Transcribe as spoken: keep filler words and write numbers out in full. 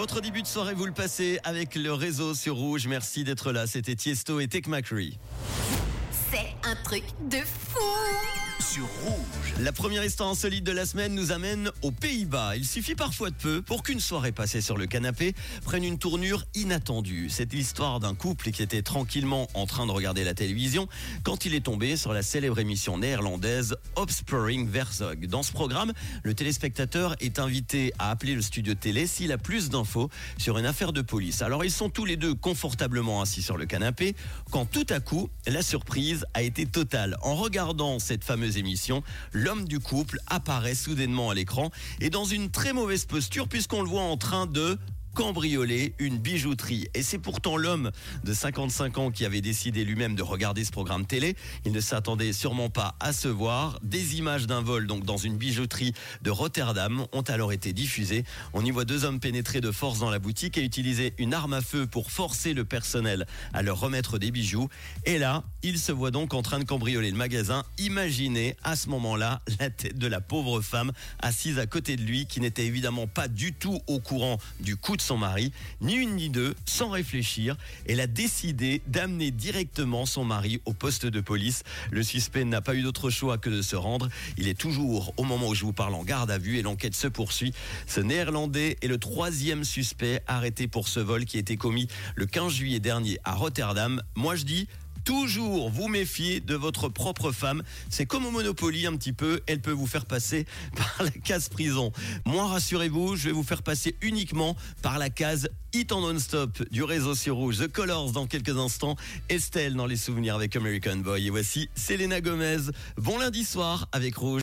Votre début de soirée, vous le passez avec le réseau sur Rouge. Merci d'être là. C'était Tiesto et Tech Macri. C'est un truc de fou sur Rouge. La première histoire insolite de la semaine nous amène aux Pays-Bas. Il suffit parfois de peu pour qu'une soirée passée sur le canapé prenne une tournure inattendue. C'est l'histoire d'un couple qui était tranquillement en train de regarder la télévision quand il est tombé sur la célèbre émission néerlandaise Opsporing Verzoek. Dans ce programme, le téléspectateur est invité à appeler le studio de télé s'il a plus d'infos sur une affaire de police. Alors ils sont tous les deux confortablement assis sur le canapé quand tout à coup, la surprise a été totale. En regardant cette fameuse émission, l'homme du couple apparaît soudainement à l'écran et dans une très mauvaise posture puisqu'on le voit en train de cambrioler une bijouterie. Et c'est pourtant l'homme de cinquante-cinq ans qui avait décidé lui-même de regarder ce programme télé. Il ne s'attendait sûrement pas à se voir. Des images d'un vol donc dans une bijouterie de Rotterdam ont alors été diffusées. On y voit deux hommes pénétrer de force dans la boutique et utiliser une arme à feu pour forcer le personnel à leur remettre des bijoux. Et là, il se voit donc en train de cambrioler le magasin. Imaginez à ce moment-là la tête de la pauvre femme assise à côté de lui qui n'était évidemment pas du tout au courant du coup de son mari, ni une ni deux, sans réfléchir, elle a décidé d'amener directement son mari au poste de police. Le suspect n'a pas eu d'autre choix que de se rendre. Il est toujours, au moment où je vous parle, en garde à vue et l'enquête se poursuit. Ce Néerlandais est le troisième suspect arrêté pour ce vol qui a été commis le quinze juillet dernier à Rotterdam. Moi je dis, toujours vous méfier de votre propre femme. C'est comme au Monopoly un petit peu, elle peut vous faire passer par la case prison. Moi, rassurez-vous, je vais vous faire passer uniquement par la case hit en non-stop du réseau sur Rouge. The Colors dans quelques instants, Estelle dans les souvenirs avec American Boy. Et voici Selena Gomez. Bon lundi soir avec Rouge.